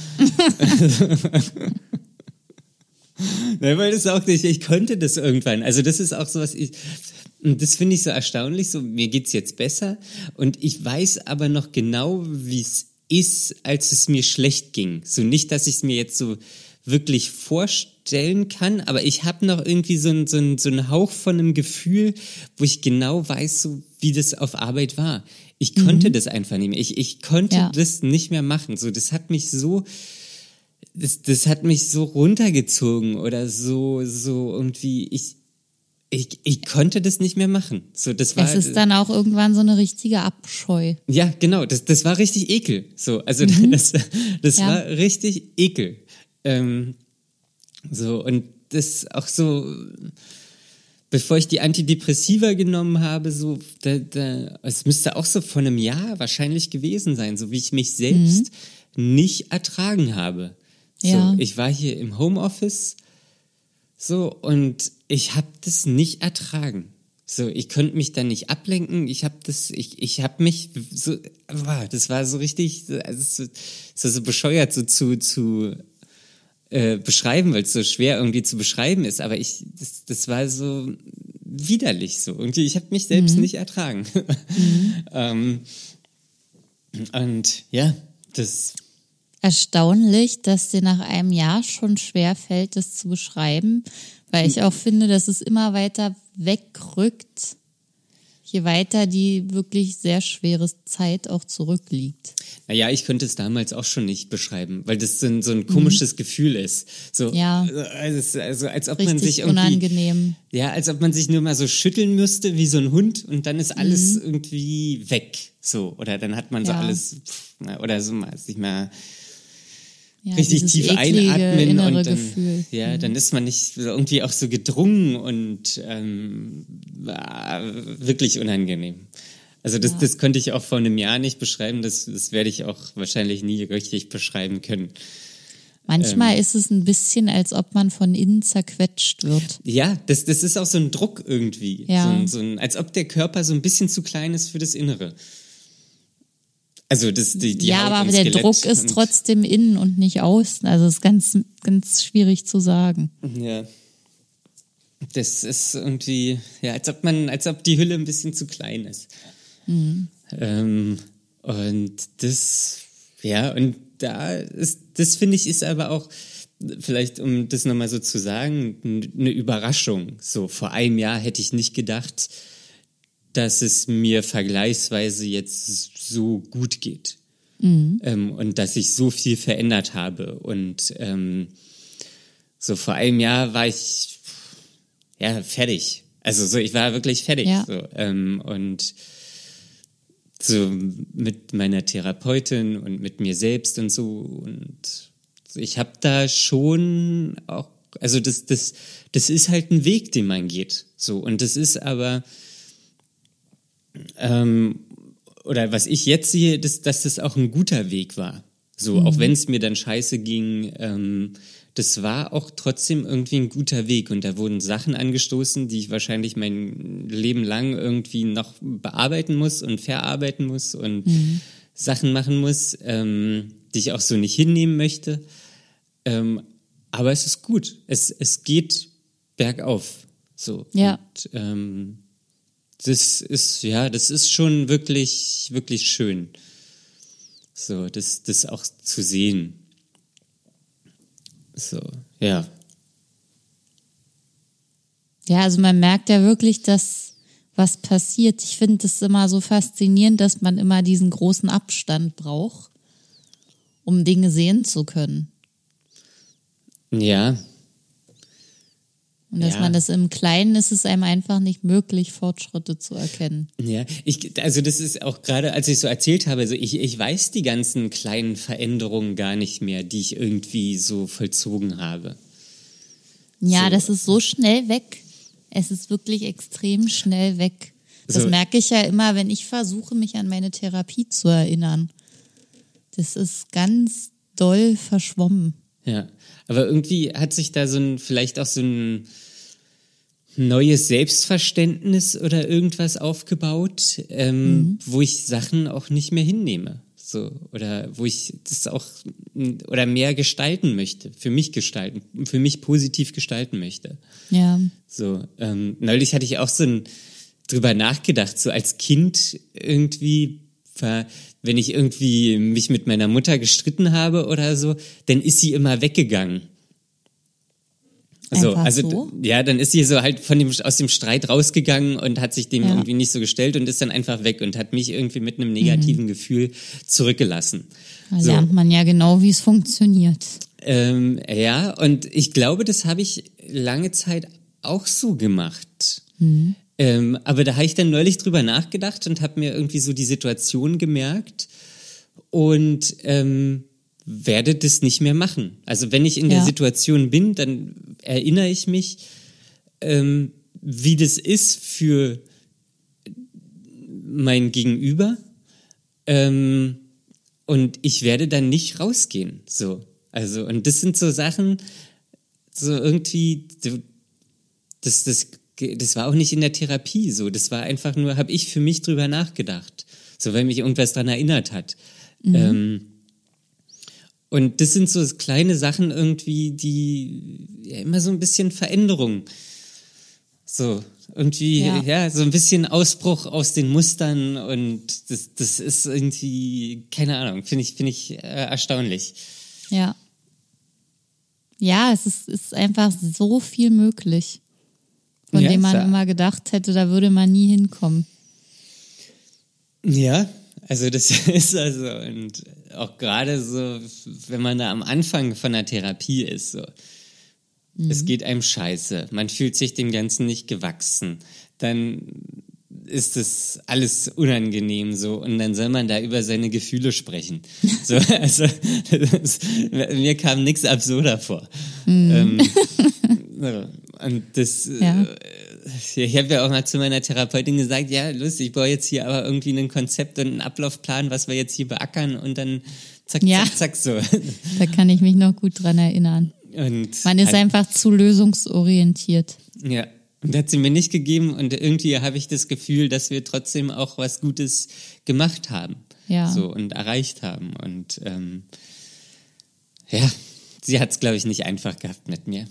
Nein, weil das auch nicht, ich konnte das irgendwann. Also das ist auch so was, ich, das finde ich so erstaunlich, so mir geht's jetzt besser und ich weiß aber noch genau, wie es ist, als es mir schlecht ging. So nicht, dass ich es mir jetzt so wirklich vorstellen kann, aber ich habe noch irgendwie so einen so ein, so ein Hauch von einem Gefühl, wo ich genau weiß, so wie das auf Arbeit war. Ich konnte mhm. das einfach nicht mehr. Ich, ich konnte ja. das nicht mehr machen. So, das hat mich so, das, das hat mich so runtergezogen oder so, so irgendwie, ich, ich, ich konnte das nicht mehr machen. So, das war. Es ist dann auch irgendwann so eine richtige Abscheu. Ja, genau. Das, das war richtig Ekel. So, also mhm. das, das ja. war richtig Ekel. Ähm, so, und das auch so, bevor ich die Antidepressiva genommen habe, so, da, da, es müsste auch so vor einem Jahr wahrscheinlich gewesen sein, so wie ich mich selbst mhm. nicht ertragen habe. So, ja. Ich war hier im Homeoffice, so, und ich habe das nicht ertragen. So, ich konnte mich da nicht ablenken, ich habe das, ich, ich habe mich so, das war so richtig, also so, so bescheuert, so zu, zu, Äh, beschreiben, weil es so schwer irgendwie zu beschreiben ist, aber ich, das, das war so widerlich so. Irgendwie, ich habe mich selbst mhm. nicht ertragen. Mhm. ähm, und ja, das... Erstaunlich, dass dir nach einem Jahr schon schwer fällt, das zu beschreiben, weil ich auch finde, dass es immer weiter wegrückt, je weiter die wirklich sehr schwere Zeit auch zurückliegt. Naja, ich könnte es damals auch schon nicht beschreiben, weil das so ein, so ein komisches mhm. Gefühl ist. So, ja. Also, also als ob Richtig man sich irgendwie, unangenehm. Ja, als ob man sich nur mal so schütteln müsste wie so ein Hund und dann ist alles mhm. irgendwie weg. So, oder dann hat man so ja. alles, oder so mal sich mal ja, richtig tief einatmen und dann, Gefühl. ja, mhm. dann ist man nicht irgendwie auch so gedrungen und ähm, wirklich unangenehm. Also das, ja. das könnte ich auch vor einem Jahr nicht beschreiben, das, das werde ich auch wahrscheinlich nie richtig beschreiben können. Manchmal ähm, ist es ein bisschen, als ob man von innen zerquetscht wird. Ja, das, das ist auch so ein Druck irgendwie, ja. so ein, so ein, als ob der Körper so ein bisschen zu klein ist für das Innere. Also das, die, die ja, Haut aber und der Skelett Druck ist trotzdem innen und nicht außen, also es ist ganz, ganz schwierig zu sagen. Ja. Das ist irgendwie, ja, als ob man, als ob die Hülle ein bisschen zu klein ist. Mhm. Ähm, und das, ja, und da ist, das finde ich, ist aber auch, vielleicht um das nochmal so zu sagen, eine Überraschung. So, vor einem Jahr hätte ich nicht gedacht, dass es mir vergleichsweise jetzt so gut geht. Mhm. Ähm, und dass ich so viel verändert habe. Und ähm, so vor einem Jahr war ich ja fertig. Also so, ich war wirklich fertig. Ja. So, ähm, und so mit meiner Therapeutin und mit mir selbst und so. Und ich habe da schon auch, also das, das, das ist halt ein Weg, den man geht. So, und das ist aber, ähm, oder was ich jetzt sehe, dass, dass das auch ein guter Weg war. So, mhm. auch wenn es mir dann scheiße ging, ähm, das war auch trotzdem irgendwie ein guter Weg. Und da wurden Sachen angestoßen, die ich wahrscheinlich mein Leben lang irgendwie noch bearbeiten muss und verarbeiten muss und mhm. Sachen machen muss, ähm, die ich auch so nicht hinnehmen möchte. Ähm, aber es ist gut. Es, es geht bergauf. So. Ja. Und, ähm, das ist, ja, das ist schon wirklich, wirklich schön. So, das, das auch zu sehen. So, ja. Ja, also man merkt ja wirklich, dass was passiert. Ich finde es immer so faszinierend, dass man immer diesen großen Abstand braucht, um Dinge sehen zu können. Ja. Und dass ja. man das im Kleinen ist es einem einfach nicht möglich, Fortschritte zu erkennen. Ja, ich, also das ist auch gerade, als ich so erzählt habe, also ich, ich weiß die ganzen kleinen Veränderungen gar nicht mehr, die ich irgendwie so vollzogen habe. Ja, so. Das ist so schnell weg. Es ist wirklich extrem schnell weg. Das So. merke ich ja immer, wenn ich versuche, mich an meine Therapie zu erinnern. Das ist ganz doll verschwommen. Ja, aber irgendwie hat sich da so ein, vielleicht auch so ein neues Selbstverständnis oder irgendwas aufgebaut, ähm, mhm. wo ich Sachen auch nicht mehr hinnehme. So, oder wo ich das auch oder mehr gestalten möchte, für mich gestalten, für mich positiv gestalten möchte. Ja. So, ähm, neulich hatte ich auch so ein drüber nachgedacht, so als Kind irgendwie war, wenn ich irgendwie mich mit meiner Mutter gestritten habe oder so, dann ist sie immer weggegangen. So, Einfach also so? ja, dann ist sie so halt von dem aus dem Streit rausgegangen und hat sich dem Ja. irgendwie nicht so gestellt und ist dann einfach weg und hat mich irgendwie mit einem negativen mhm. Gefühl zurückgelassen. Da so. lernt man ja genau, wie es funktioniert. Ähm, ja, und ich glaube, das habe ich lange Zeit auch so gemacht. Mhm. Ähm, aber da habe ich dann neulich drüber nachgedacht und habe mir irgendwie so die Situation gemerkt und ähm, werde das nicht mehr machen. Also wenn ich in ja. der Situation bin, dann erinnere ich mich, ähm, wie das ist für mein Gegenüber ähm, und ich werde dann nicht rausgehen. So, also und das sind so Sachen, so irgendwie, das, das, das war auch nicht in der Therapie so. Das war einfach nur, habe ich für mich drüber nachgedacht, so weil mich irgendwas dran erinnert hat. Mhm. Ähm, Und das sind so kleine Sachen irgendwie, die ja immer so ein bisschen Veränderung, so irgendwie, ja. ja, so ein bisschen Ausbruch aus den Mustern und das, das ist irgendwie, keine Ahnung, finde ich, finde ich äh, erstaunlich. Ja. Ja, es ist, ist einfach so viel möglich, von ja, dem man ja. immer gedacht hätte, da würde man nie hinkommen. Ja, also das ist also, und auch gerade so, wenn man da am Anfang von der Therapie ist, so, mhm. es geht einem scheiße, man fühlt sich dem Ganzen nicht gewachsen, dann ist das alles unangenehm so und dann soll man da über seine Gefühle sprechen. So, also das, mir kam nichts absurder vor. Mhm. Ähm, so, und das ja. Ich habe ja auch mal zu meiner Therapeutin gesagt, ja, lustig, ich baue jetzt hier aber irgendwie ein Konzept und einen Ablaufplan, was wir jetzt hier beackern und dann zack, ja. zack, zack, so. Da kann ich mich noch gut dran erinnern. Und man ist halt, einfach zu lösungsorientiert. Ja, und hat sie mir nicht gegeben und irgendwie habe ich das Gefühl, dass wir trotzdem auch was Gutes gemacht haben. Ja. So und erreicht haben und ähm, ja, sie hat es, glaube ich, nicht einfach gehabt mit mir.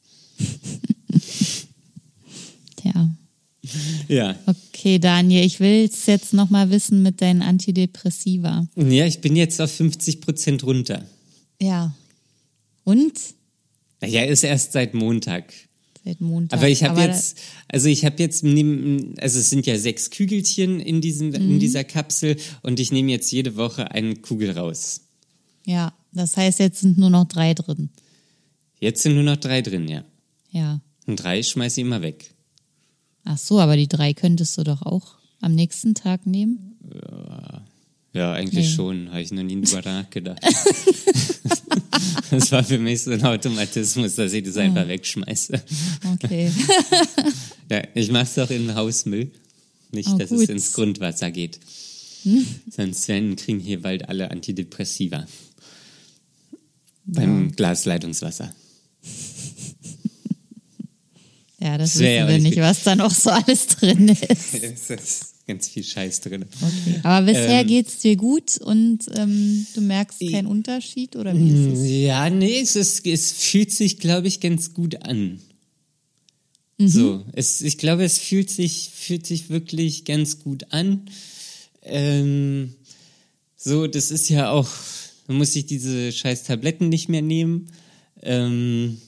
Ja. Ja. Okay, Daniel, ich will es jetzt nochmal wissen mit deinen Antidepressiva. Ja, ich bin jetzt auf fünfzig Prozent runter. Ja. Und? Ja, ist erst seit Montag. Seit Montag. Aber ich habe jetzt, also ich habe jetzt, also es sind ja sechs Kügelchen in, diesen, mhm. in dieser Kapsel und ich nehme jetzt jede Woche eine Kugel raus. Ja, das heißt, jetzt sind nur noch drei drin. Jetzt sind nur noch drei drin, ja. Ja. Und drei schmeiße ich immer weg. Ach so, aber die drei könntest du doch auch am nächsten Tag nehmen? Ja, ja eigentlich nee. schon. Habe ich noch nie drüber nachgedacht. Das war für mich so ein Automatismus, dass ich das ja. einfach wegschmeiße. Okay. Ja, ich mache es auch in den Hausmüll. Nicht, oh, dass gut. es ins Grundwasser geht. Hm? Sonst werden, kriegen hier bald alle Antidepressiva. Ja. Beim Glasleitungswasser. Ja, das, das wissen wir nicht, was da noch so alles drin ist. Es ist ganz viel Scheiß drin. Okay. Aber bisher ähm, geht's dir gut und ähm, du merkst keinen Unterschied, oder wie ist es? Ja, nee, es, ist, es fühlt sich, glaube ich, ganz gut an. Mhm. So, es, ich glaube, es fühlt sich, fühlt sich wirklich ganz gut an. Ähm, so, das ist ja auch, man muss sich diese scheiß Tabletten nicht mehr nehmen. Ähm,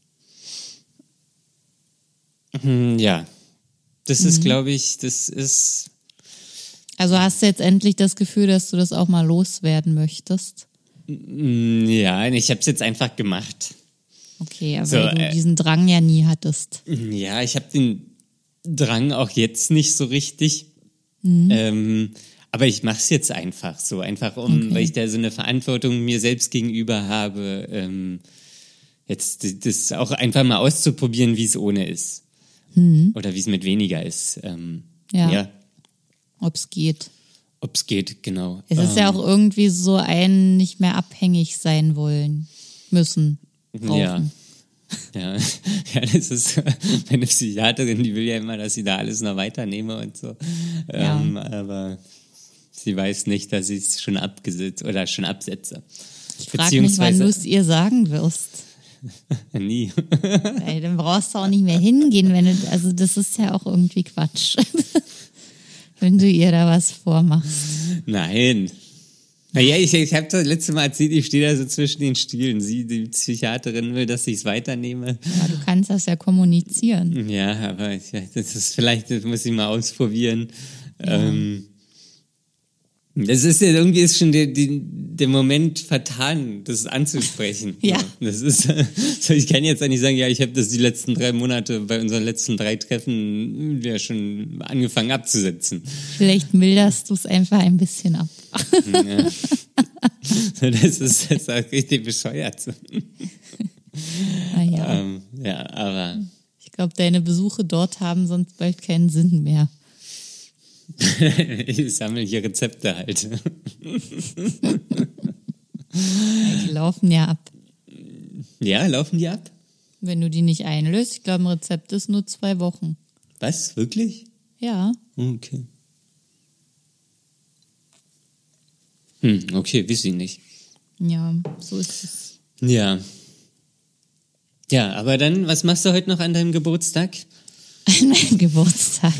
Ja, das mhm. ist, glaube ich, das ist... Also hast du jetzt endlich das Gefühl, dass du das auch mal loswerden möchtest? Ja, ich habe es jetzt einfach gemacht. Okay, aber so, weil du äh, diesen Drang ja nie hattest. Ja, ich habe den Drang auch jetzt nicht so richtig. Mhm. Ähm, aber ich mache es jetzt einfach so, einfach um, okay. weil ich da so eine Verantwortung mir selbst gegenüber habe, ähm, jetzt das auch einfach mal auszuprobieren, wie es ohne ist. Hm. Oder wie es mit weniger ist. Ähm, Ja. ja. Ob es geht. Ob es geht, genau. Es ist ähm, ja auch irgendwie so ein nicht mehr abhängig sein wollen müssen. Brauchen. Ja. Ja. Ja, das ist meine Psychiaterin, die will ja immer, dass sie da alles noch weiternehme und so. Ja. Ähm, aber sie weiß nicht, dass ich es schon abgesetzt oder schon absetze. Ich frage mich, wann du es ihr sagen wirst. Nie. Weil dann brauchst du auch nicht mehr hingehen, wenn du, also das ist ja auch irgendwie Quatsch. Wenn du ihr da was vormachst. Nein. Naja, ich, ich habe das letzte Mal erzählt, ich stehe da so zwischen den Stühlen. Sie, die Psychiaterin, will, dass ich es weiternehme. Ja, du kannst das ja kommunizieren. Ja, aber ich, das ist vielleicht, das muss ich mal ausprobieren. Ja. Ähm, das ist ja irgendwie ist schon der, der, der Moment vertan, das anzusprechen. Ja. Das ist, so, ich kann jetzt nicht sagen, ja, ich habe das die letzten drei Monate bei unseren letzten drei Treffen ja schon angefangen abzusetzen. Vielleicht milderst du es einfach ein bisschen ab. Ja. Das ist, das ist auch richtig bescheuert. Naja. Ähm, ja, aber Ich glaube, deine Besuche dort haben sonst bald keinen Sinn mehr. ich sammle hier Rezepte halt. Die laufen ja ab. Ja, laufen die ab? Wenn du die nicht einlöst, ich glaube, ein Rezept ist nur zwei Wochen. Was? Wirklich? Ja. Okay. Hm, okay, weiß ich nicht. Ja, so ist es. Ja. Ja, aber dann, was machst du heute noch an deinem Geburtstag? An meinem Geburtstag.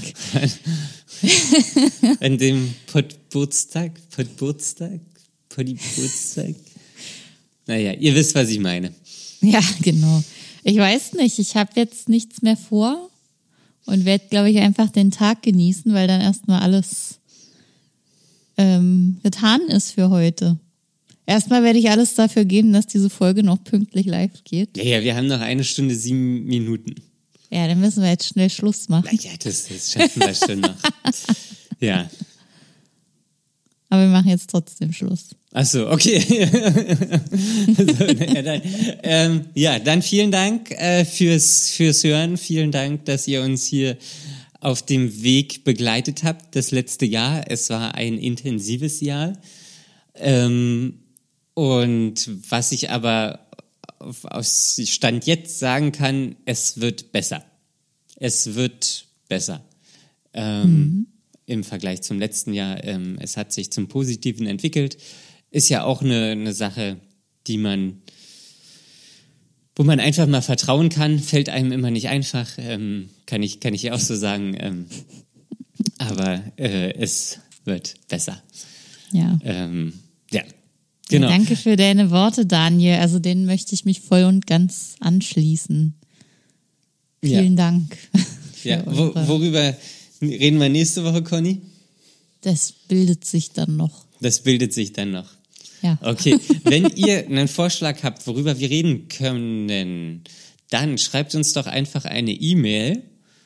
An dem Podburtstag? Podburtstag? Podiburtstag? Naja, ihr wisst, was ich meine. Ja, genau. Ich weiß nicht, ich habe jetzt nichts mehr vor und werde, glaube ich, einfach den Tag genießen, weil dann erstmal alles ähm, getan ist für heute. Erstmal werde ich alles dafür geben, dass diese Folge noch pünktlich live geht. Ja, ja, wir haben noch eine Stunde, sieben Minuten. Ja, dann müssen wir jetzt schnell Schluss machen. Ja, das, das schaffen wir schon noch. Ja. Aber wir machen jetzt trotzdem Schluss. Ach so, okay. so, ja, dann, ähm, ja, dann vielen Dank äh, fürs, fürs Hören. Vielen Dank, dass ihr uns hier auf dem Weg begleitet habt, das letzte Jahr. Es war ein intensives Jahr. Ähm, und was ich aber aus Stand jetzt sagen kann, es wird besser. Es wird besser. Ähm, mhm. Im Vergleich zum letzten Jahr. Ähm, es hat sich zum Positiven entwickelt. Ist ja auch eine, eine Sache, die man, wo man einfach mal vertrauen kann. Fällt einem immer nicht einfach. Ähm, kann ich, kann ich auch so sagen. Ähm, aber äh, es wird besser. Ja. Ähm, ja. Genau. Ja, danke für deine Worte, Daniel. Also denen möchte ich mich voll und ganz anschließen. Vielen ja. Dank. Ja. Wo, worüber reden wir nächste Woche, Conny? Das bildet sich dann noch. Das bildet sich dann noch. Ja. Okay, wenn ihr einen Vorschlag habt, worüber wir reden können, dann schreibt uns doch einfach eine E-Mail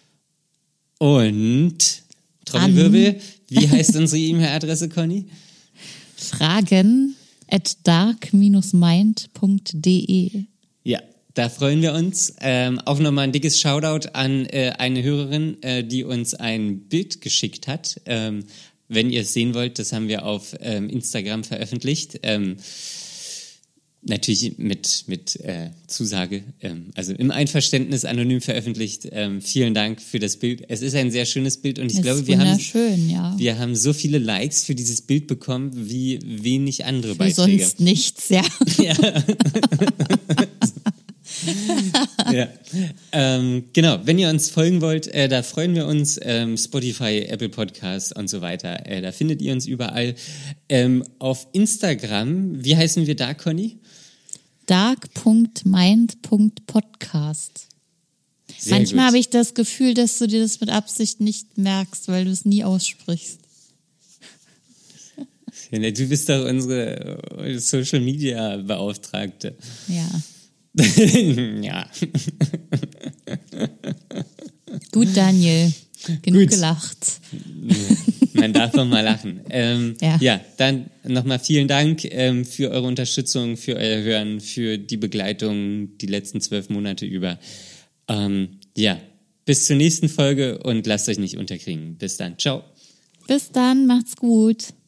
und Trommelwirbel, wie heißt unsere E-Mail-Adresse, Conny? Fragen at dark dash mind punkt de. Ja, da freuen wir uns. Ähm, auch nochmal ein dickes Shoutout an äh, eine Hörerin, äh, die uns ein Bild geschickt hat. Ähm, wenn ihr es sehen wollt, das haben wir auf ähm, Instagram veröffentlicht. Ähm, natürlich mit, mit äh, Zusage, ähm, also im Einverständnis anonym veröffentlicht. Ähm, vielen Dank für das Bild. Es ist ein sehr schönes Bild und ich das glaube, ist wir haben, ja. wir haben so viele Likes für dieses Bild bekommen, wie wenig andere für Beiträge. Sonst nichts, ja. Ja. Ja. Ähm, genau, wenn ihr uns folgen wollt, äh, da freuen wir uns. Ähm, Spotify, Apple Podcasts und so weiter. Äh, da findet ihr uns überall. Ähm, auf Instagram, wie heißen wir da, Conny? dark dash mind punkt podcast. Sehr Manchmal gut. habe ich das Gefühl, dass du dir das mit Absicht nicht merkst, weil du es nie aussprichst. Ja, du bist doch unsere Social Media Beauftragte. Ja. Ja. Gut, Daniel. Genug Gut. gelacht. Man darf doch mal lachen. Ähm, ja. Ja. ja, dann nochmal vielen Dank ähm, für eure Unterstützung, für euer Hören, für die Begleitung die letzten zwölf Monate über. Ähm, ja, bis zur nächsten Folge und lasst euch nicht unterkriegen. Bis dann. Ciao. Bis dann, macht's gut.